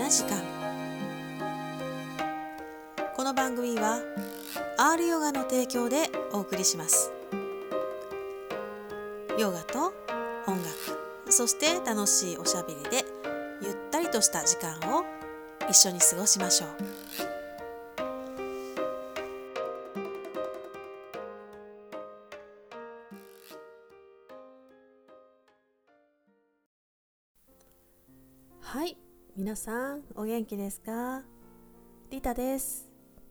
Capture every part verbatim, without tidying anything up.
な時間。この番組は アール ヨガの提供でお送りします。ヨガと音楽、そして楽しいおしゃべりでゆったりとした時間を一緒に過ごしましょう。はい、皆さんお元気ですか？リタです。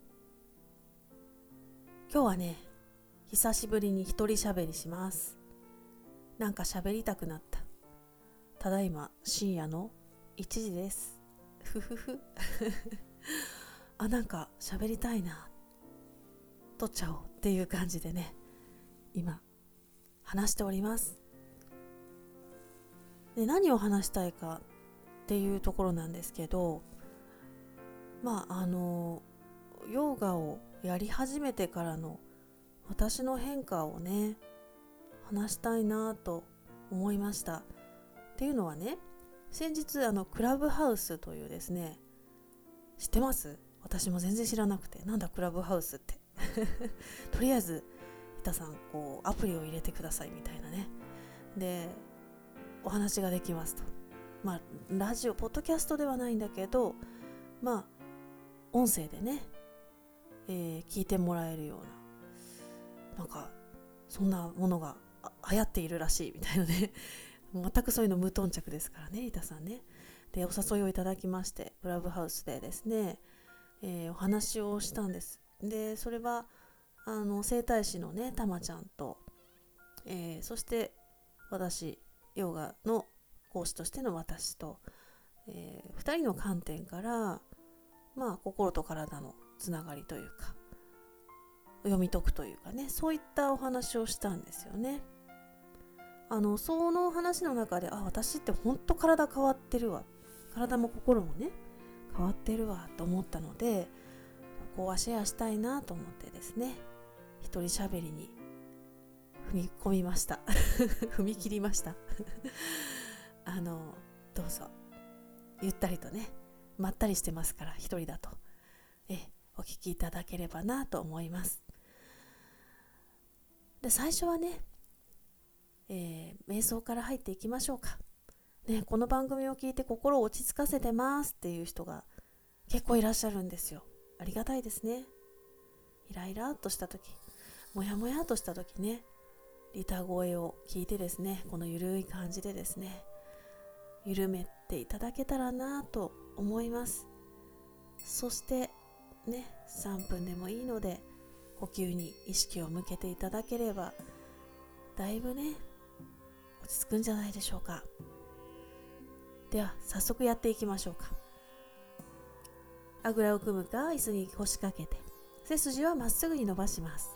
今日はね、久しぶりに一人喋りします。なんか喋りたくなった。ただいま深夜のいちじです。ふふふあ、なんか喋りたいな、撮っちゃおうっていう感じでね、今話しております。で、何を話したいかっていうところなんですけど、まああのヨガをやり始めてからの私の変化をね、話したいなと思いました。っていうのはね、先日あのクラブハウスというですね、知ってます？私も全然知らなくて、なんだクラブハウスってとりあえず板さんこうアプリを入れてくださいみたいなね、でお話ができますと。まあラジオポッドキャストではないんだけど、まあ音声でね、えー、聞いてもらえるような、なんかそんなものが流行っているらしいみたいなね全くそういうの無頓着ですからね、板さんね。でお誘いをいただきまして、クラブハウスでですね、えー、お話をしたんです。でそれはあの整体師のねたまちゃんと、えー、そして私、ヨガの講師としての私と、えー、ふたりの観点から、まあ心と体のつながりというか読み解くというかね、そういったお話をしたんですよね。あのその話の中で、あ、私って本当体変わってるわ、体も心もね変わってるわと思ったので、ここはシェアしたいなと思ってですね、一人喋りに踏み込みました踏み切りましたあのどうぞゆったりとね、まったりしてますから、一人だとえお聞きいただければなと思います。で最初はね、えー、瞑想から入っていきましょうかね。この番組を聞いて心を落ち着かせてますっていう人が結構いらっしゃるんですよ。ありがたいですね。イライラっとした時、もやもやっとした時ね、リタ声を聞いてですね、このゆるい感じでですね、緩めていただけたらなと思います。そしてね、さんぷんでもいいので呼吸に意識を向けていただければ、だいぶね落ち着くんじゃないでしょうか。では早速やっていきましょうか。あぐらを組むか椅子に腰掛けて、背筋はまっすぐに伸ばします。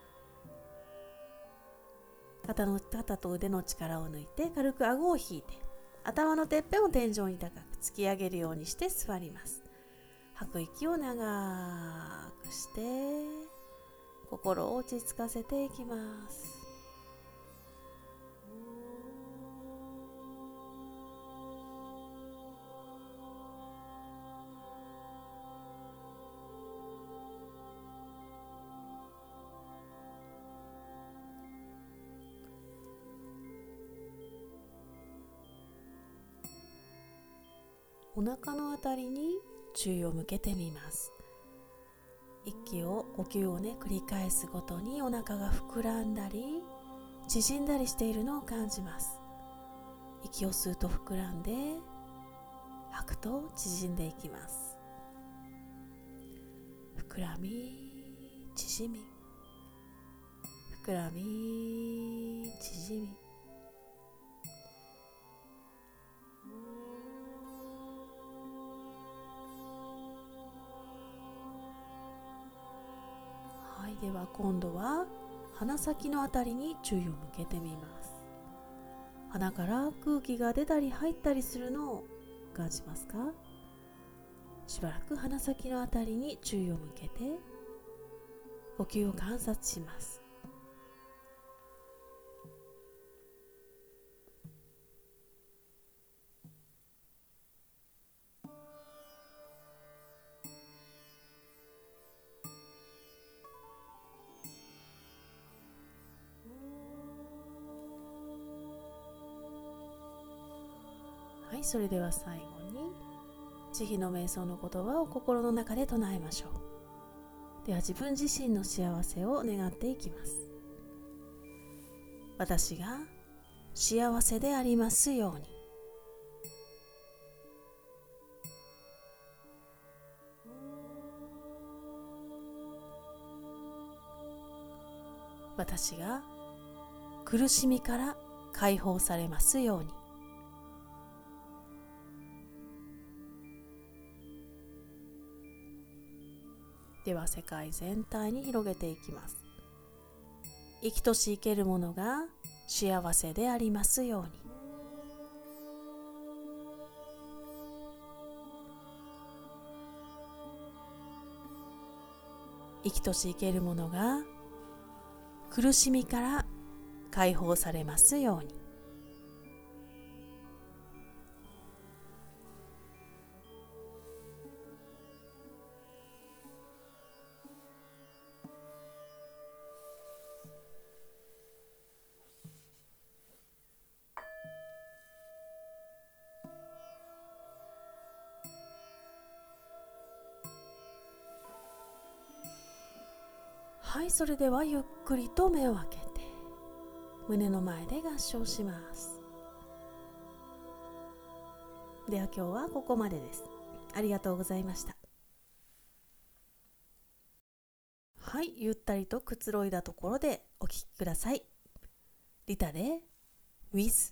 肩の肩と腕の力を抜いて軽く顎を引いて、頭のてっぺんを天井に高く突き上げるようにして座ります。吐く息を長くして心を落ち着かせていきます。お腹のあたりに注意を向けてみます。息を呼吸をね繰り返すごとにお腹が膨らんだり縮んだりしているのを感じます。息を吸うと膨らんで、吐くと縮んでいきます。膨らみ縮み、膨らみ縮み。はい、では今度は鼻先のあたりに注意を向けてみます。鼻から空気が出たり入ったりするのを感じますか？しばらく鼻先のあたりに注意を向けて呼吸を観察します。 はい、それでは最後に慈悲の瞑想の言葉を心の中で唱えましょう。では自分自身の幸せを願っていきます。私が幸せでありますように。私が苦しみから解放されますように。では世界全体に広げていきます。生きとし生けるものが幸せでありますように。生きとし生けるものが苦しみから解放されますように。はい、それではゆっくりと目を開けて胸の前で合掌します。では今日はここまでです。ありがとうございました。はい、ゆったりとくつろいだところでお聞きください。リタで With。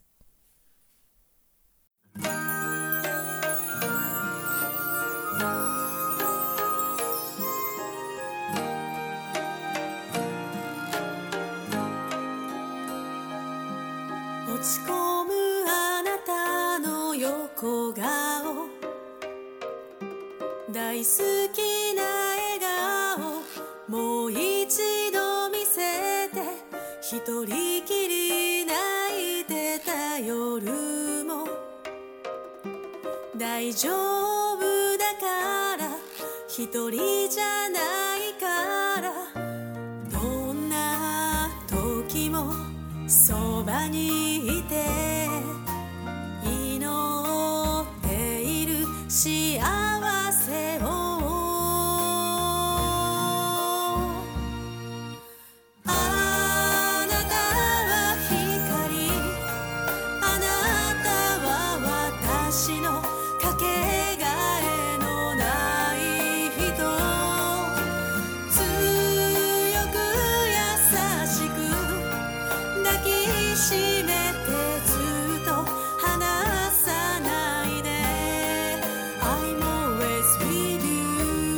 落ち込むあなたの横顔、大好きな笑顔、もう一度見せて。一人きり泣いてた夜も大丈夫だから、一人じゃないから、どんな時もそばにいて祈っている幸せを。あなたは光、あなたは私のかけがえのない人。強く優しく抱きしめてずっと離さないで。 I'm always with you。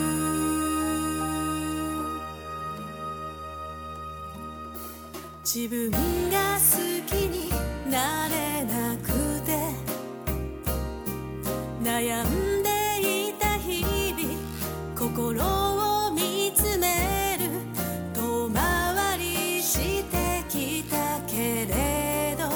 自分が好きになれなくて悩んでいた日々、心を見つめる遠回りしてきたけれど、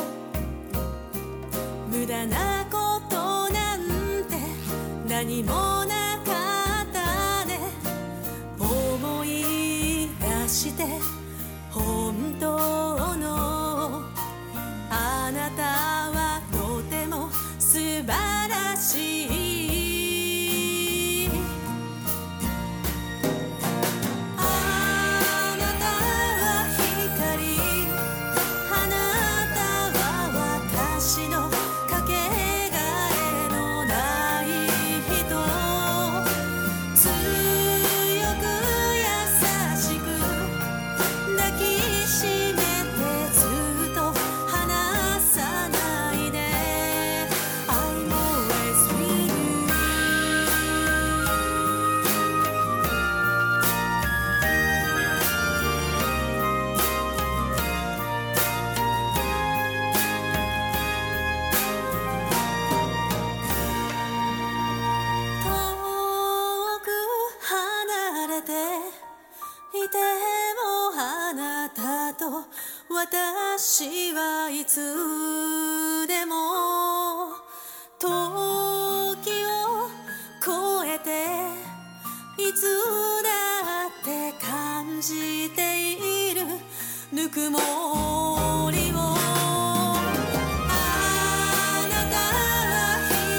無駄なことなんて何もなかったね。思い出して本当のあなたはとても素晴らしい。あなたは光、あなたは私のかけがえのない人。強く優しく抱きしめてずっと離さないで。 I'm always with you。 遠く離れていてもあなたと私はいつでも時を超えていつだって感じているぬくもりを。あなたは光、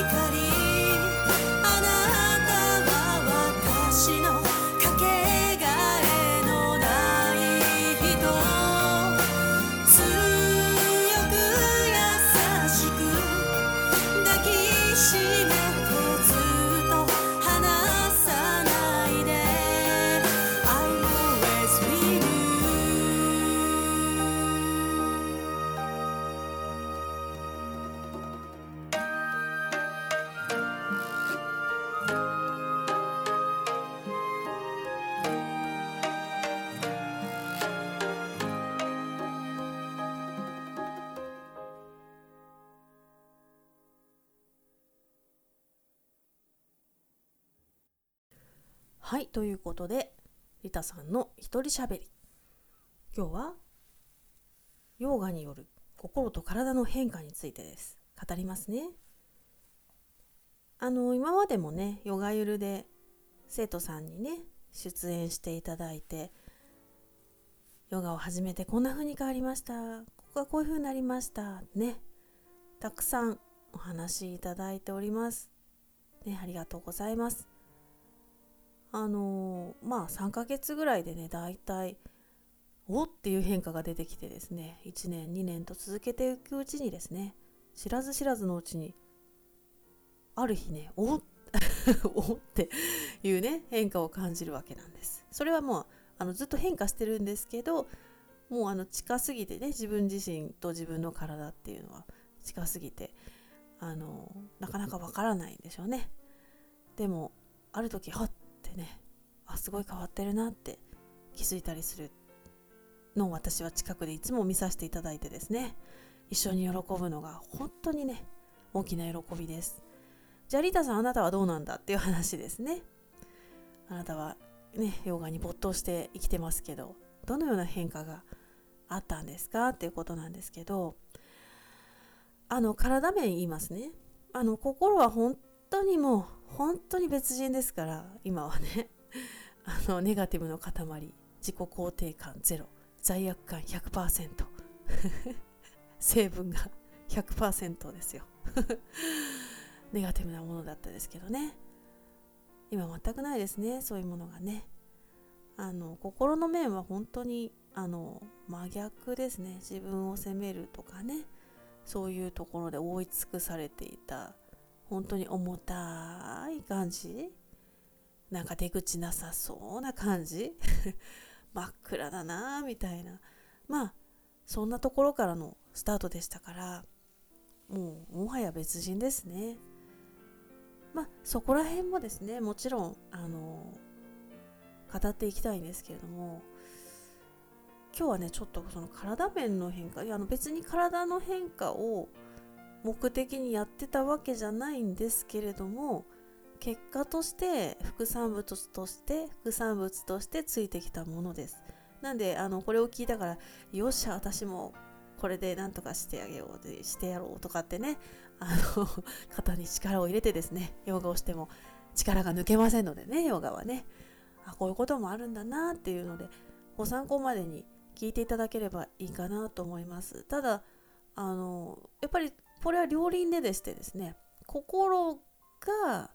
はい、ということでリタさんの一人しゃべり、今日はヨガによる心と体の変化についてです。語りますね。あの今までもね、ヨガゆるで生徒さんにね出演していただいて、ヨガを始めてこんな風に変わりました、ここがこういう風になりましたね、たくさんお話しいただいておりますね。ありがとうございます。あのー、まあさんかげつぐらいでね、だいたいおっていう変化が出てきてですね、いちねんにねんと続けていくうちにですね、知らず知らずのうちにある日ね、おおっていうね変化を感じるわけなんです。それはもうあのずっと変化してるんですけど、もうあの近すぎてね、自分自身と自分の体っていうのは近すぎて、あのなかなかわからないんでしょうね。でもある時はってね、あ、すごい変わってるなって気づいたりするのを私は近くでいつも見させていただいてですね、一緒に喜ぶのが本当にね大きな喜びです。じゃあリタさん、あなたはどうなんだっていう話ですね。あなたはねヨガに没頭して生きてますけど、どのような変化があったんですかっていうことなんですけど、あの体面言いますね。あの心は本当にもう本当に別人ですから、今はねあのネガティブの塊、自己肯定感ゼロ、罪悪感 ひゃくパーセント 成分が ひゃくパーセント ですよネガティブなものだったですけどね、今全くないですね、そういうものがね。あの心の面は本当にあの真逆ですね。自分を責めるとかね、そういうところで覆い尽くされていた、本当に重たい感じ、なんか出口なさそうな感じ真っ暗だなみたいな、まあそんなところからのスタートでしたから、もうもはや別人ですね。まあそこら辺もですね、もちろんあの語っていきたいんですけれども、今日はねちょっとその体面の変化、いやあの別に体の変化を目的にやってたわけじゃないんですけれども、結果として副産物として副産物としてついてきたものです。なんであのこれを聞いたから、よっしゃ私もこれでなんとかしてあげようでしてやろうとかってね、あの肩に力を入れてですねヨガをしても力が抜けませんのでね、ヨガはね、あ、こういうこともあるんだなっていうので、ご参考までに聞いていただければいいかなと思います。ただあのやっぱりこれは両輪ででしてですね、心が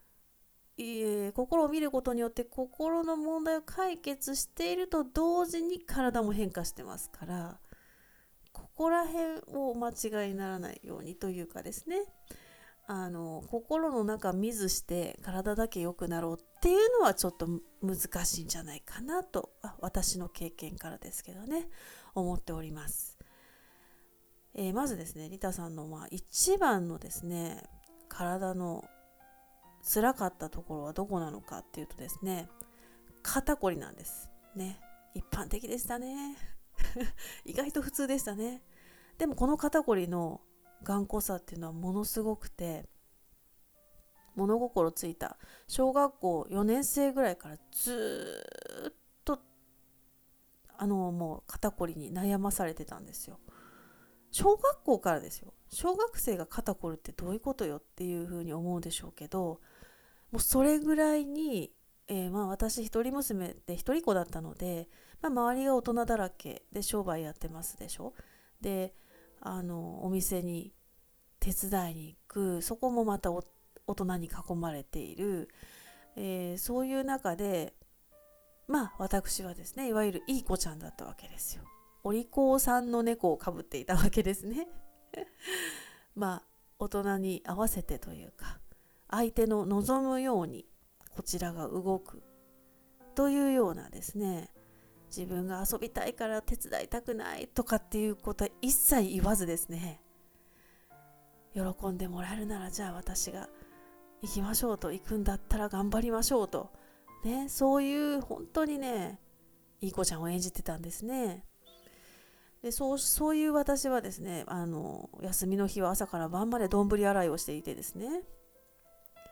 心を見ることによって心の問題を解決していると同時に体も変化してますから、ここら辺を間違いにならないようにというかですね、あの心の中見ずして体だけ良くなろうっていうのはちょっと難しいんじゃないかなと、あ、私の経験からですけどね、思っております。えー、まずですね、リタさんのまあ一番のですね体の辛かったところはどこなのかっていうとですね、肩こりなんですね。一般的でしたね意外と普通でしたね。でもこの肩こりの頑固さっていうのはものすごくて、物心ついた小学校よねん生ぐらいからずっとあのもう肩こりに悩まされてたんですよ。小学校からですよ。小学生が肩こるってどういうことよっていうふうに思うでしょうけど、もうそれぐらいに、えー、まあ私一人娘で一人子だったので、まあ、周りが大人だらけで商売やってますでしょ。で、あのお店に手伝いに行く、そこもまた大人に囲まれている、えー、そういう中でまあ私はですね、いわゆるいい子ちゃんだったわけですよ。お利口さんの猫をかぶっていたわけですねまあ大人に合わせてというか、相手の望むようにこちらが動くというようなですね、自分が遊びたいから手伝いたくないとかっていうことは一切言わずですね、喜んでもらえるならじゃあ私が行きましょうと、行くんだったら頑張りましょうとね、そういう本当にねいい子ちゃんを演じてたんですね。で そう, そういう私はですね、あの休みの日は朝から晩までどんぶり洗いをしていてですね、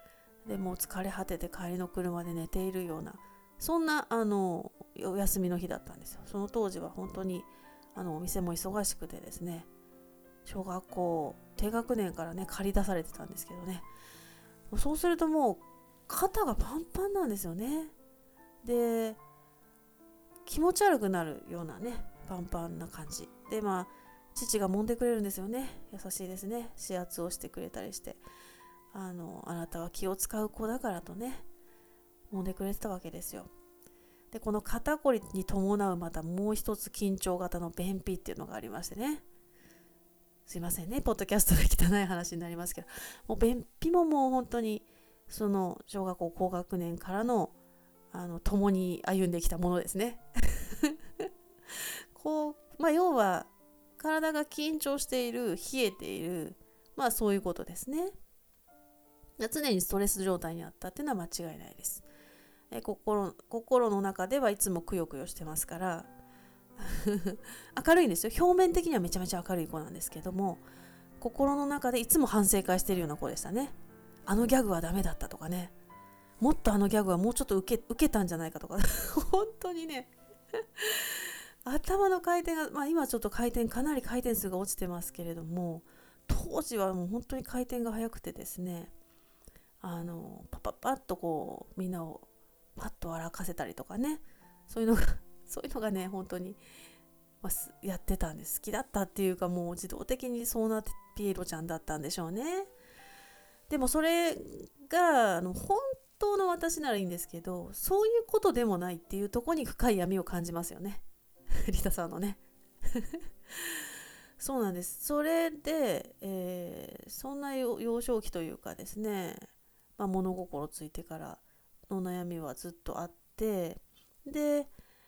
でもう疲れ果てて帰りの車で寝ているような、そんなあのお休みの日だったんですよ。その当時は本当にあのお店も忙しくてですね、小学校低学年からね借り出されてたんですけどね、そうするともう肩がパンパンなんですよね。で気持ち悪くなるようなねパンパンな感じで、まあ父が揉んでくれるんですよね。優しいですね。指圧をしてくれたりして、あのあなたは気を使う子だからとね揉んでくれてたわけですよ。でこの肩こりに伴うまたもう一つ緊張型の便秘っていうのがありましてね、すいませんねポッドキャストで汚い話になりますけど、もう便秘ももう本当にその小学校高学年からのあの共に歩んできたものですねこう、まあ、要は体が緊張している、冷えている、まあそういうことですね。常にストレス状態にあったっていうのは間違いないです。え 心, 心の中ではいつもくよくよしてますから明るいんですよ。表面的にはめちゃめちゃ明るい子なんですけども、心の中でいつも反省会しているような子でしたね。あのギャグはダメだったとかね、もっとあのギャグはもうちょっと受け、受けたんじゃないかとか本当にね頭の回転が、まあ、今ちょっと回転かなり回転数が落ちてますけれども、当時はもう本当に回転が速くてですね、あのパパパッとこうみんなをパッと笑かせたりとかね、そういうのがそういうのがね本当に、まあ、やってたんです。好きだったっていうか、もう自動的にそうなってピエロちゃんだったんでしょうね。でもそれがあの本当の私ならいいんですけど、そういうことでもないっていうところに深い闇を感じますよねリタさんのねそうなんです。それで、えー、そんな幼少期というかですね、まあ、物心ついてからの悩みはずっとあって、で、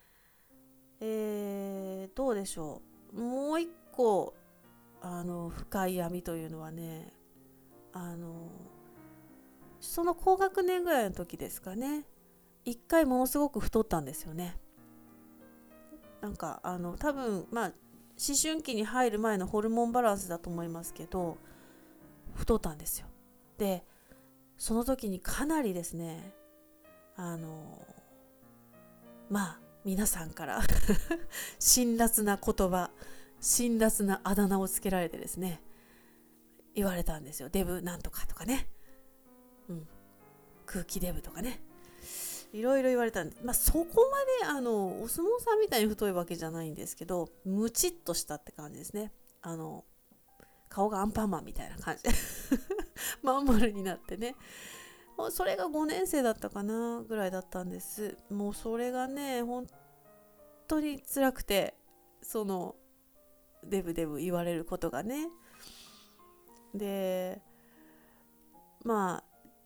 えー、どうでしょう、もう一個あの深い闇というのはね、あのその高学年ぐらいの時ですかね、一回ものすごく太ったんですよね。なんかあの多分まあ思春期に入る前のホルモンバランスだと思いますけど、太ったんですよ。でその時にかなりですね、あのまあ皆さんから辛辣な言葉、辛辣なあだ名をつけられてですね、言われたんですよ。デブなんとかとかね、うん、空気デブとかね、いろいろ言われたんで、まあ、そこまであのお相撲さんみたいに太いわけじゃないんですけど、ムチっとしたって感じですね。あの顔がアンパンマンみたいな感じでまん丸になってね、それがごねん生だったかなぐらいだったんです。もうそれがね本当に辛くて、そのデブデブ言われることがね。でまあ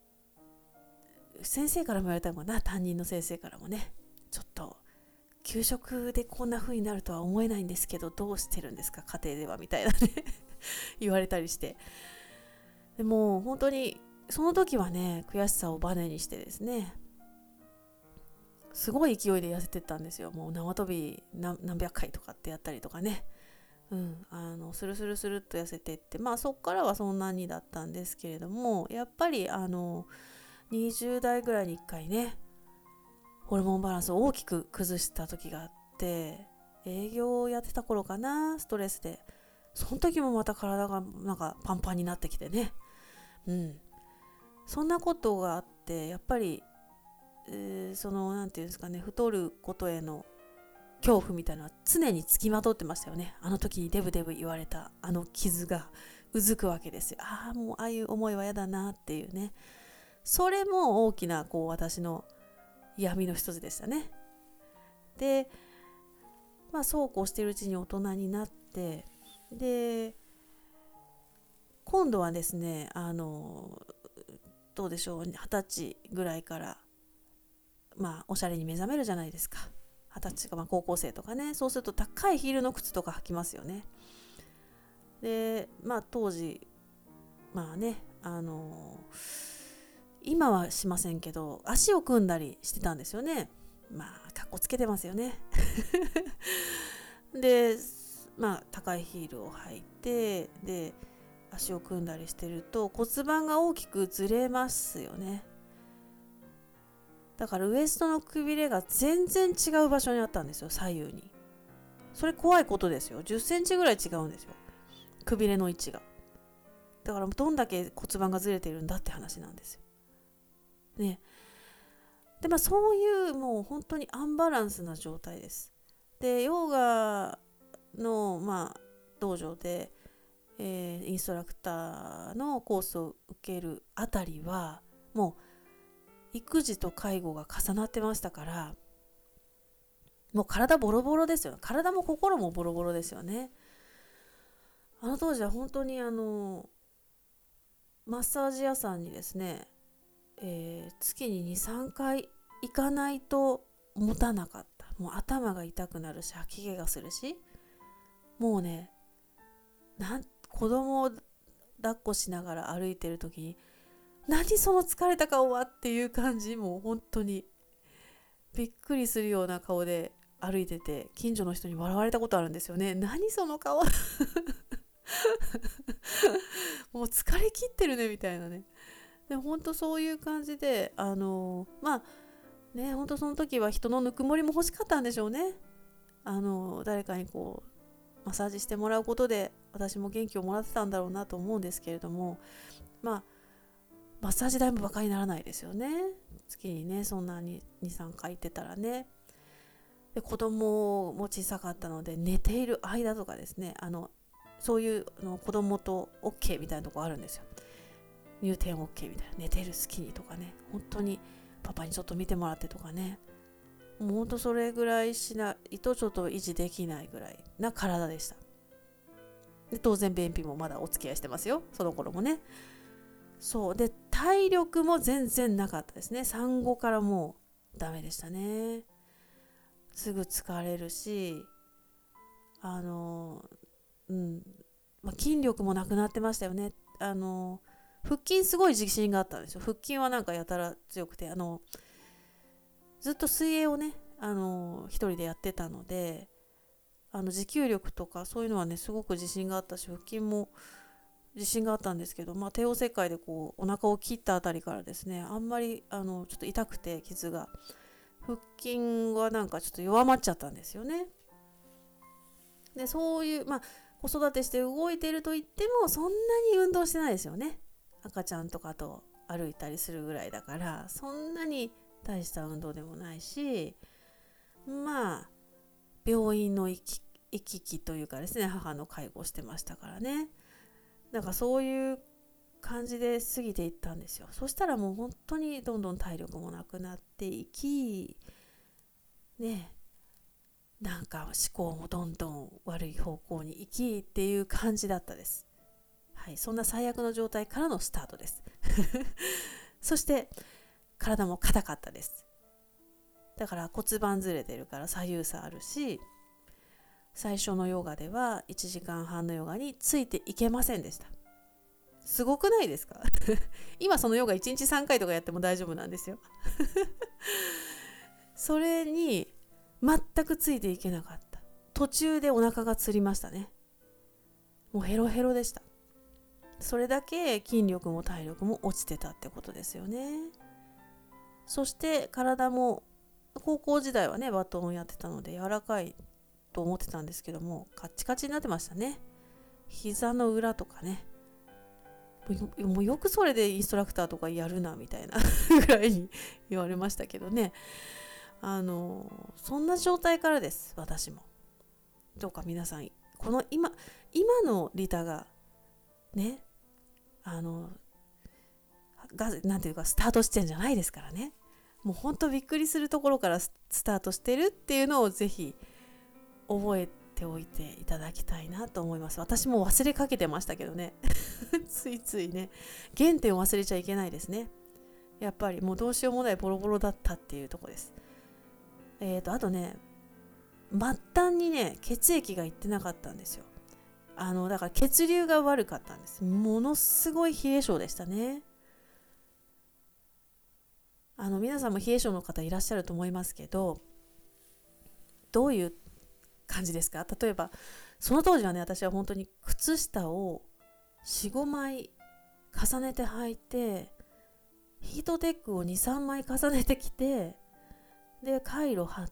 先生からも言われたのかな、担任の先生からもね、ちょっと給食でこんな風になるとは思えないんですけど、どうしてるんですか家庭ではみたいなね言われたりして、でも本当にその時はね悔しさをバネにしてですね、すごい勢いで痩せてったんですよ。もう縄跳び 何, 何百回とかってやったりとかね、うん、あのスルスルスルっと痩せてって、まあそっからはそんなにだったんですけれども、やっぱりあのにじゅう代ぐらいにいっかいねホルモンバランスを大きく崩した時があって、営業をやってた頃かな、ストレスで、その時もまた体がなんかパンパンになってきてね、うん、そんなことがあって、やっぱり、えー、そのなんていうんですかね、太ることへの恐怖みたいなのは常につきまとってましたよね。あの時にデブデブ言われたあの傷がうずくわけですよ。ああもうああいう思いは嫌だなっていうね、それも大きなこう私の闇の一つでしたね。でまあそうこうしているうちに大人になって、で今度はですね、あのどうでしょう、はたちぐらいからまあおしゃれに目覚めるじゃないですか。はたちか、まあ、高校生とかね、そうすると高いヒールの靴とか履きますよね。でまあ当時まあね、あの今はしませんけど足を組んだりしてたんですよね。まあかっこつけてますよねでまあ高いヒールを履いて、で足を組んだりしてると骨盤が大きくずれますよね。 だからウエストのくびれが全然違う場所にあったんですよ、左右に。それ怖いことですよ。じゅっセンチぐらい違うんですよ、くびれの位置が。だからどんだけ骨盤がずれてるんだって話なんですよね。でまあそういうもう本当にアンバランスな状態です。でヨガのまあ道場で、えー、インストラクターのコースを受けるあたりはもう育児と介護が重なってましたから、もう体ボロボロですよ。体も心もボロボロですよね。あの当時は本当にあのマッサージ屋さんにですね、えー、月に にさんかい行かないと持たなかった。もう頭が痛くなるし吐き気がするし、もうね、なん子供を抱っこしながら歩いてる時に何その疲れた顔はっていう感じ、もう本当にびっくりするような顔で歩いてて、近所の人に笑われたことあるんですよね。何その顔もう疲れ切ってるねみたいなね。で本当そういう感じで、あのまあね、本当その時は人のぬくもりも欲しかったんでしょうね。あの誰かにこうマッサージしてもらうことで私も元気をもらってたんだろうなと思うんですけれども、まあマッサージ代もバカにならないですよね。月にねそんなに にさんかい行ってたらね。で子供も小さかったので、寝ている間とかですね、あのそういうの子供と OK みたいなとこあるんですよ。入店 OK みたいな、寝てる隙にとかね、本当にパパにちょっと見てもらってとかね、もう本当それぐらいしないとちょっと維持できないぐらいな体でした。で当然便秘もまだお付き合いしてますよ、その頃もね。そうで体力も全然なかったですね。産後からもうダメでしたね。すぐ疲れるし、あのうん、まあ、筋力もなくなってましたよね。あの腹筋すごい自信があったんですよ。腹筋はなんかやたら強くて、あのずっと水泳をね、あの一人でやってたので、あの持久力とかそういうのはねすごく自信があったし、腹筋も自信があったんですけど、まあ、帝王切開でこうお腹を切ったあたりからですね、あんまりあのちょっと痛くて傷が、腹筋はなんかちょっと弱まっちゃったんですよね。でそういうまあ子育てして動いていると言ってもそんなに運動してないですよね。赤ちゃんとかと歩いたりするぐらいだから、そんなに大した運動でもないし、まあ病院の行き行き来というかですね、母の介護をしてましたからね。だからそういう感じで過ぎていったんですよ。そしたらもう本当にどんどん体力もなくなっていきね、なんか思考もどんどん悪い方向に行きっていう感じだったです。はい、そんな最悪の状態からのスタートですそして体も硬かったです。だから骨盤ずれてるから左右差あるし、最初のヨガではいちじかんはんのヨガについていけませんでした。すごくないですか今そのヨガいちにちさんかいとかやっても大丈夫なんですよそれに全くついていけなかった。途中でお腹がつりましたね。もうヘロヘロでした。それだけ筋力も体力も落ちてたってことですよね。そして体も高校時代はねバトンをやってたので柔らかいと思ってたんですけども、カッチカチになってましたね。膝の裏とかね、もうよくそれでインストラクターとかやるなみたいなぐらいに言われましたけどね。あのそんな状態からです、私も。どうか皆さんこの今今のリタがね、あのがなんていうかスタート地点じゃないですからね。もうほんとびっくりするところからスタートしてるっていうのをぜひ覚えておいていただきたいなと思います。私も忘れかけてましたけどねついついね、原点を忘れちゃいけないですね。やっぱりもうどうしようもないボロボロだったっていうところです。えーとあとね、末端にね血液がいってなかったんですよ。あのだから血流が悪かったんです。ものすごい冷え性でしたね。あの皆さんも冷え性の方いらっしゃると思いますけど、どういう感じですか？例えばその当時はね、私は本当に靴下を よん,ご 枚重ねて履いてヒートテックをにさんまい重ねてきて、でカイロ貼って、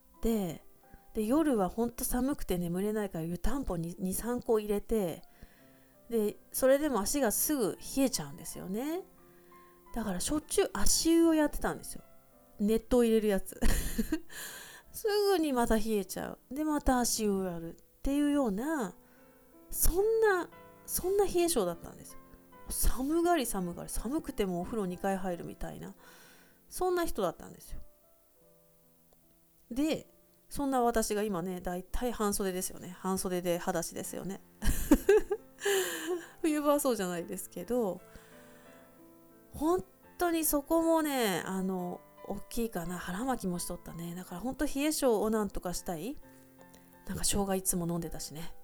で夜はほんと寒くて眠れないから湯たんぽににさんこ入れて、でそれでも足がすぐ冷えちゃうんですよね。だからしょっちゅう足湯をやってたんですよ。熱湯を入れるやつすぐにまた冷えちゃう。でまた足湯をやるっていうような、そんなそんな冷え性だったんですよ。寒がり寒がり、寒くてもお風呂にかい入るみたいな、そんな人だったんですよ。でそんな私が今ね、だいたい半袖ですよね。半袖で裸足ですよね冬場はそうじゃないですけど、本当にそこもね、あの大きいかな、腹巻きもしとったね。だから本当冷え性をなんとかしたい。なんか生姜いつも飲んでたしね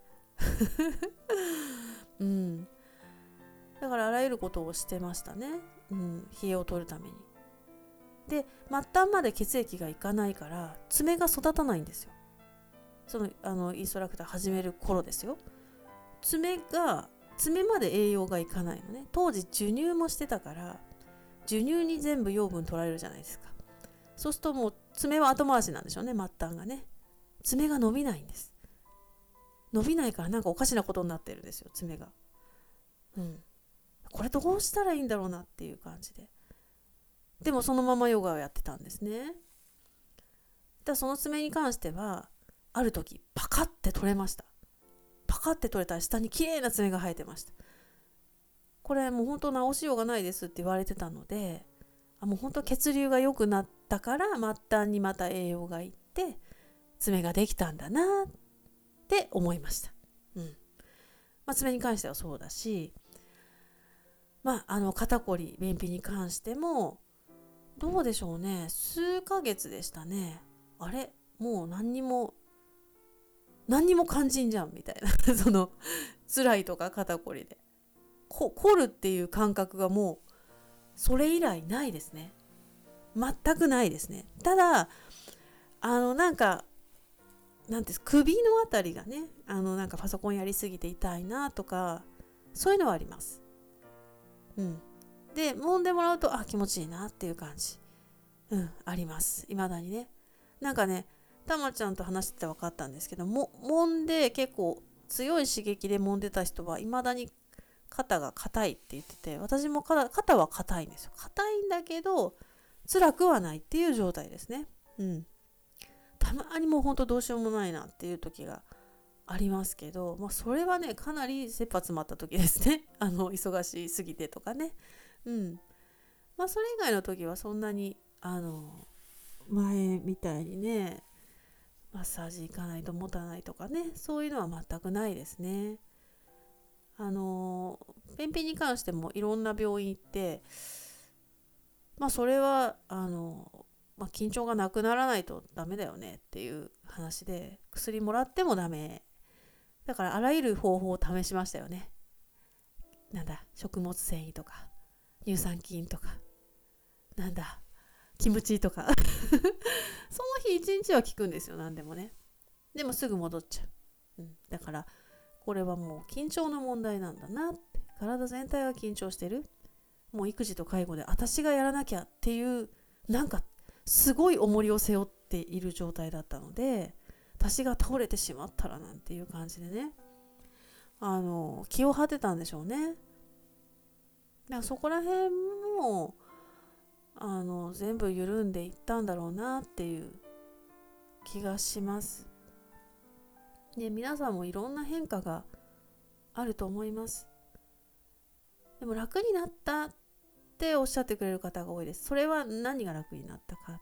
うんだからあらゆることをしてましたね。うん、冷えを取るために。で末端まで血液がいかないから爪が育たないんですよ。そのあのインストラクター始める頃ですよ。爪が爪まで栄養がいかないのね。当時授乳もしてたから、授乳に全部養分取られるじゃないですか。そうするともう爪は後回しなんでしょうね、末端がね。爪が伸びないんです。伸びないからなんかおかしなことになってるんですよ、爪が。うんこれどうしたらいいんだろうなっていう感じで。でもそのままヨガをやってたんですね。だその爪に関してはある時パカッて取れました。パカッて取れたら下に綺麗な爪が生えてました。これもう本当直しようがないですって言われてたので、あもう本当血流が良くなったから末端にまた栄養がいって爪ができたんだなって思いました。うんまあ、爪に関してはそうだし、まああの肩こり便秘に関してもどうでしょうね、数ヶ月でしたね。あれもう何にも何にも肝心じゃんみたいなその辛いとか肩こりでこ凝るっていう感覚がもうそれ以来ないですね。全くないですね。ただあのなんかなんて首のあたりがね、あのなんかパソコンやりすぎて痛いなとか、そういうのはあります。うんで揉んでもらうとあ気持ちいいなっていう感じ、うんあります。未だにね。なんかねたまちゃんと話してて分かったんですけども、揉んで結構強い刺激で揉んでた人は未だに肩が硬いって言ってて、私も 肩, 肩は硬いんですよ。硬いんだけど辛くはないっていう状態ですね。うんたまにもうほんとどうしようもないなっていう時がありますけど、まあ、それはねかなり切羽詰まった時ですねあの忙しすぎてとかね。うんまあそれ以外の時はそんなにあの前みたいにねマッサージ行かないと持たないとかね、そういうのは全くないですね。あの便秘に関してもいろんな病院行って、まあそれはあの、まあ、緊張がなくならないとダメだよねっていう話で、薬もらってもダメだからあらゆる方法を試しましたよね。なんだ食物繊維とか乳酸菌とかなんだキムチとかその日一日は効くんですよ、何でもね。でもすぐ戻っちゃう、うん、だからこれはもう緊張の問題なんだなって。体全体が緊張してる。もう育児と介護で私がやらなきゃっていうなんかすごい重りを背負っている状態だったので、私が倒れてしまったらなんていう感じでね、あの気を張ってたんでしょうね。だからそこら辺もあの全部緩んでいったんだろうなっていう気がします。で皆さんもいろんな変化があると思います。でも楽になったっておっしゃってくれる方が多いです。それは何が楽になったかって、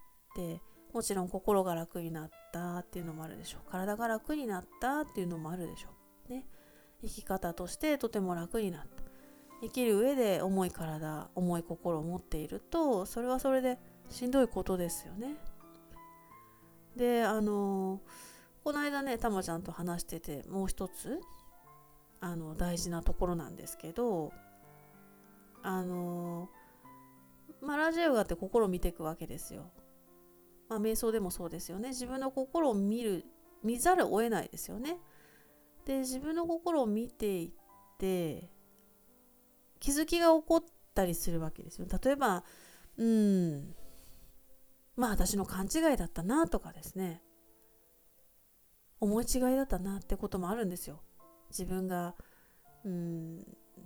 もちろん心が楽になったっていうのもあるでしょう。体が楽になったっていうのもあるでしょう。ね、生き方としてとても楽になった。生きる上で重い体、重い心を持っていると、それはそれでしんどいことですよね。で、あのこの間ね、たまちゃんと話してて、もう一つあの大事なところなんですけど、あのまあラジオがあって心を見ていくわけですよ。まあ瞑想でもそうですよね。自分の心を見る、見ざるを得ないですよね。で、自分の心を見ていって気づきが起こったりするわけですよ。例えばうんまあ私の勘違いだったなとかですね、思い違いだったなってこともあるんですよ。自分がうん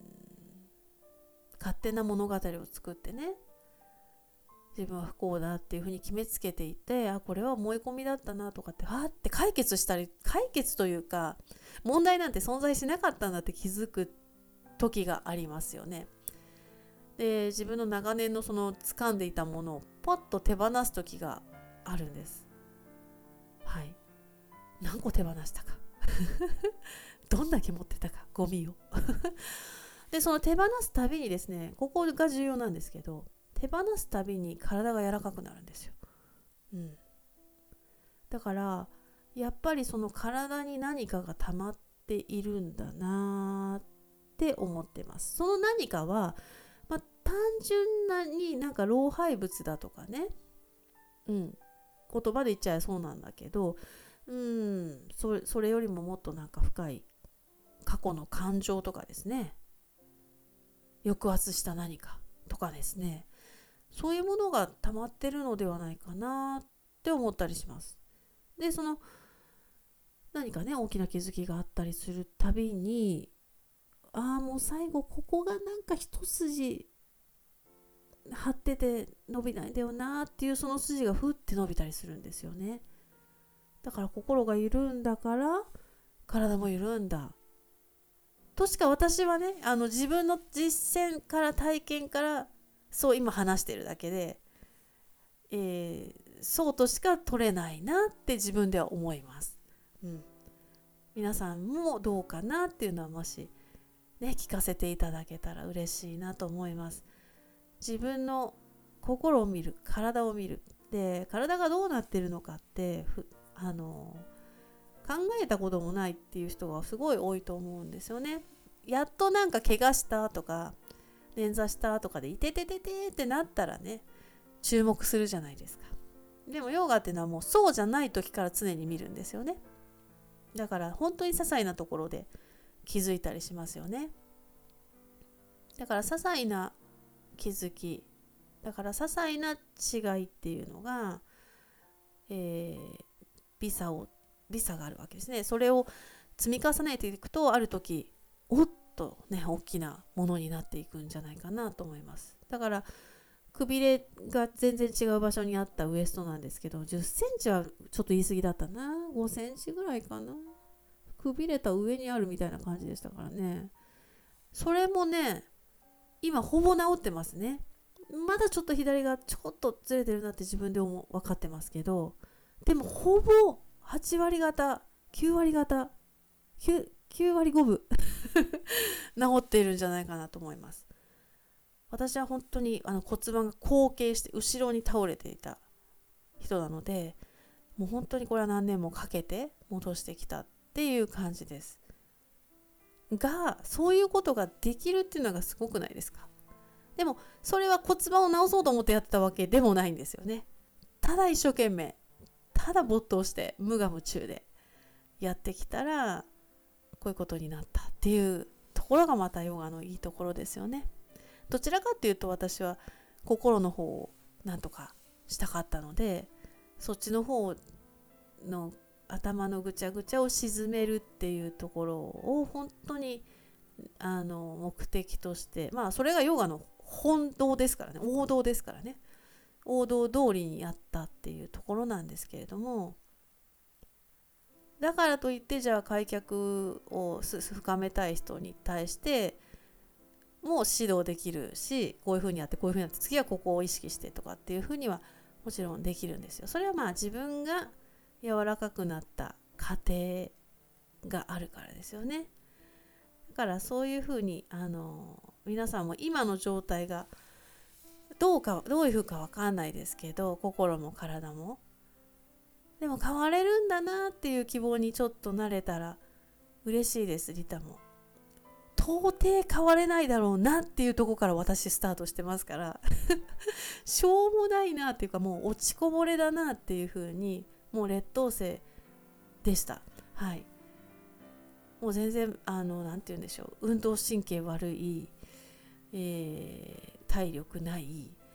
勝手な物語を作ってね、自分は不幸だっていうふうに決めつけていて、あこれは思い込みだったなとかってわーって解決したり、解決というか問題なんて存在しなかったんだって気づく時がありますよね。で自分の長年のその掴んでいたものをポッと手放す時があるんです。はい、何個手放したかどんだけ持ってたか、ゴミをでその手放すたびにですね、ここが重要なんですけど、手放すたびに体が柔らかくなるんですよ、うん、だからやっぱりその体に何かが溜まっているんだなって思ってます。その何かは、まあ、単純なになんか老廃物だとかね、うん、言葉で言っちゃえそうなんだけど、うんそれ、それよりももっとなんか深い過去の感情とかですね、抑圧した何かとかですね、そういうものが溜まってるのではないかなって思ったりします。でその何かね大きな気づきがあったりするたびに、ああもう最後ここがなんか一筋張ってて伸びないんだよなっていう、その筋がふって伸びたりするんですよね。だから心が緩んだから体も緩んだとしか私はね、あの自分の実践から体験からそう今話してるだけで、えー、そうとしか取れないなって自分では思います、うん、皆さんもどうかなっていうのはもしね聞かせていただけたら嬉しいなと思います。自分の心を見る、体を見る、で体がどうなってるのかってあの考えたこともないっていう人がすごい多いと思うんですよね。やっとなんか怪我したとか捻挫したとかでいててててってなったらね注目するじゃないですか。でもヨガっていうのはもうそうじゃない時から常に見るんですよね。だから本当に些細なところで気づいたりしますよね。だから些細な気づき、だから些細な違いっていうのが、えー、微差を微差があるわけですね。それを積み重ねていくとある時おっとね大きなものになっていくんじゃないかなと思います。だからくびれが全然違う場所にあったウエストなんですけど、じゅっセンチはちょっと言い過ぎだったな、ごセンチぐらいかな、くびれた上にあるみたいな感じでしたからね。それもね今ほぼ治ってますね。まだちょっと左がちょっとずれてるなって自分でも分かってますけど、でもほぼはち割方きゅう割方 9, きゅう割ごぶ治っているんじゃないかなと思います。私は本当にあの骨盤が後傾して後ろに倒れていた人なので、もう本当にこれは何年もかけて戻してきたっていう感じですが、そういうことができるっていうのがすごくないですか。でもそれは骨盤を直そうと思ってやってたわけでもないんですよね。ただ一生懸命ただ没頭して無我夢中でやってきたらこういうことになったっていうところがまたヨガのいいところですよね。どちらかっていうと私は心の方をなんとかしたかったので、そっちの方の頭のぐちゃぐちゃを沈めるっていうところを本当にあの目的として、まあそれがヨガの本道ですからね、王道ですからね、王道通りにやったっていうところなんですけれども、だからといってじゃあ開脚を深めたい人に対しても指導できるし、こういう風にやってこういう風にやって次はここを意識してとかっていう風にはもちろんできるんですよ。それはまあ自分が柔らかくなった過程があるからですよね。だからそういう風にあの皆さんも今の状態がどうかどういう風か分かんないですけど、心も体もでも変われるんだなっていう希望にちょっとなれたら嬉しいです。リタも到底変われないだろうなっていうところから私スタートしてますからしょうもないなっていうか、もう落ちこぼれだなっていう風にもう劣等生でした。はい、もう全然あのなんて言うんでしょう、運動神経悪い、えー、体力ない、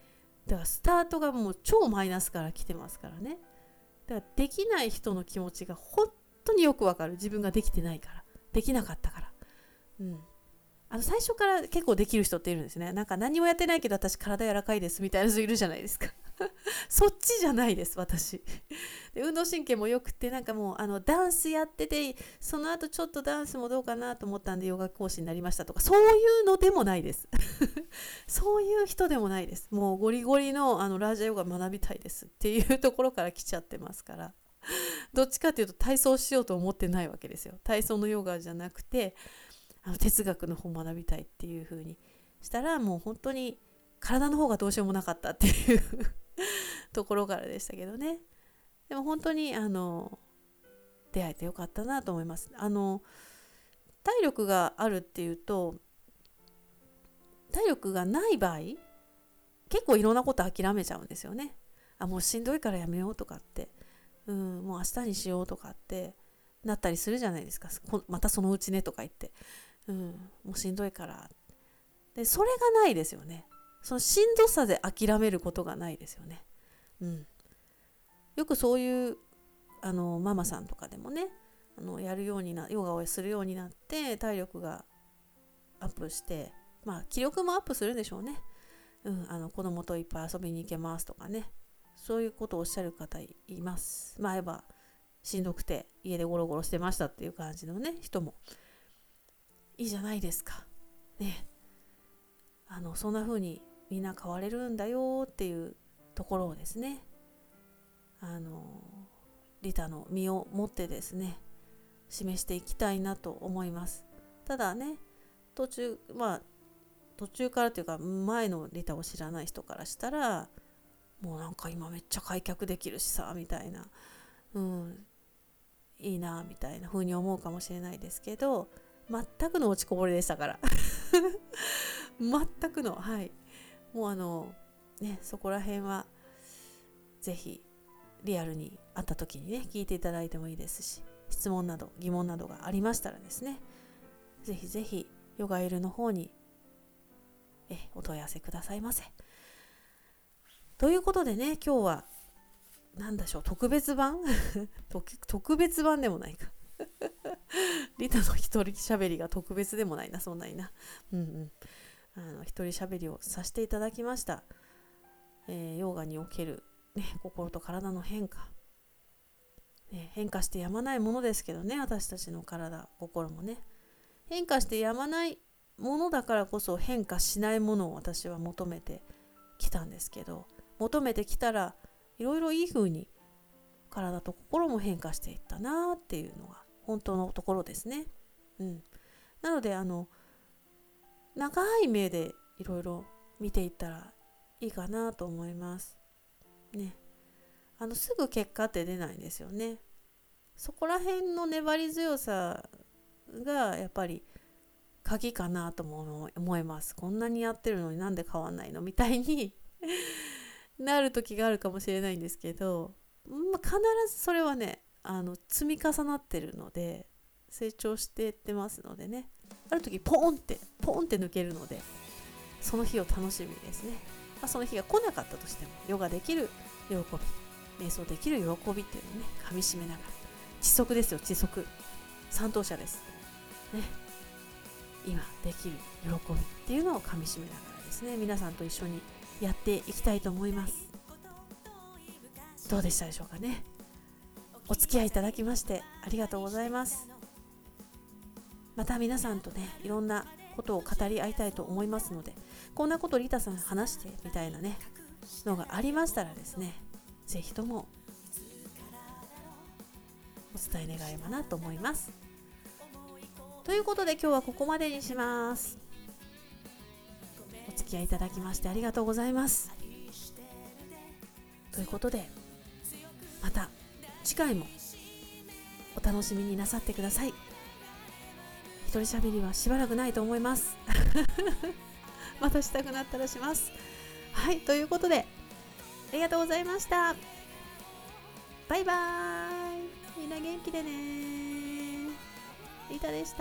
だからスタートがもう超マイナスから来てますからね。だからできない人の気持ちが本当によくわかる。自分ができてないから、できなかったから、うん、あの最初から結構できる人っているんですね。なんか何もやってないけど私体柔らかいですみたいな人いるじゃないですかそっちじゃないです私で運動神経もよくて、なんかもうあのダンスやってて、その後ちょっとダンスもどうかなと思ったんでヨガ講師になりましたとか、そういうのでもないですそういう人でもないです。もうゴリゴリの、あのラージャヨガ学びたいですっていうところから来ちゃってますから、どっちかというと体操しようと思ってないわけですよ。体操のヨガじゃなくて、あの哲学の本学びたいっていう風にしたら、もう本当に体の方がどうしようもなかったっていうところからでしたけどね。でも本当にあの出会えてよかったなと思います。あの体力があるっていうと、体力がない場合結構いろんなこと諦めちゃうんですよね。あ、もうしんどいからやめようとかって、うん、もう明日にしようとかってなったりするじゃないですか。またそのうちねとか言って、うん、もうしんどいからで、それがないですよね。そのしんどさで諦めることがないですよね。うん、よくそういうあのママさんとかでもね、あのやるようになヨガをするようになって体力がアップして、まあ気力もアップするでしょうね。うん、あの子供といっぱい遊びに行けますとかね、そういうことをおっしゃる方います。前はしんどくて家でゴロゴロしてましたっていう感じのね人もいいじゃないですかね。あのそんな風にみんな変われるんだよっていうところをですね、あのリタの身をもってですね示していきたいなと思います。ただね、途中まあ途中からというか前のリタを知らない人からしたら、もうなんか今めっちゃ開脚できるしさみたいな、うん、いいなみたいな風に思うかもしれないですけど、全くの落ちこぼれでしたから全くの、はい、もうあのね、そこら辺はぜひリアルに会った時にね聞いていただいてもいいですし、質問など疑問などがありましたらですね、ぜひぜひヨガエルの方にえお問い合わせくださいませ。ということでね、今日は何でしょう、特別版特別版でもないかリタの一人喋りが特別でもないな、そんなにな、うんうん、あの一人喋りをさせていただきました。えー、ヨガにおける、ね、心と体の変化、ね、変化してやまないものですけどね、私たちの体心もね変化してやまないものだからこそ変化しないものを私は求めてきたんですけど、求めてきたらいろいろいい風に体と心も変化していったなっていうのが本当のところですね。うん、なのであの長い目でいろいろ見ていったらいいかなと思いますね。あのすぐ結果って出ないんですよね。そこら辺の粘り強さがやっぱり鍵かなとも思います。こんなにやってるのになんで変わんないのみたいになる時があるかもしれないんですけど、まあ、必ずそれはねあの積み重なってるので成長していってますのでね、ある時ポンってポンって抜けるので、その日を楽しみにですね、まあ、その日が来なかったとしてもヨガできる喜び、瞑想できる喜びっていうのをね噛みしめながら、知足ですよ、知足、三等者ですね、今できる喜びっていうのを噛みしめながらですね、皆さんと一緒にやっていきたいと思います。どうでしたでしょうかね。お付き合いいただきましてありがとうございます。また皆さんとねいろんなことを語り合いたいと思いますので、こんなことリタさん話してみたいなねのがありましたらですね、ぜひともお伝え願えばなと思います。ということで今日はここまでにします。お付き合いいただきましてありがとうございます。ということでまた次回もお楽しみになさってください。一人喋りはしばらくないと思いますまたしたくなったらします。はい、ということでありがとうございました。バイバーイ、みんな元気でね。リタでした。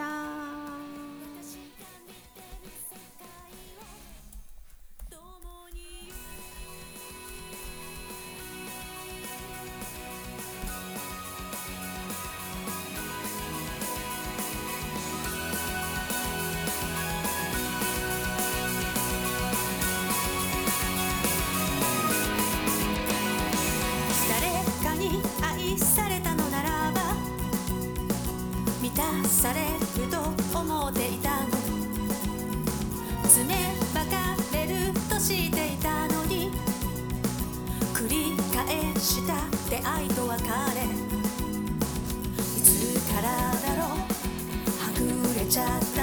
満たされると思っていたの。爪ばかれるとしていたのに、繰り返した出会いと別れ、いつからだろうはぐれちゃった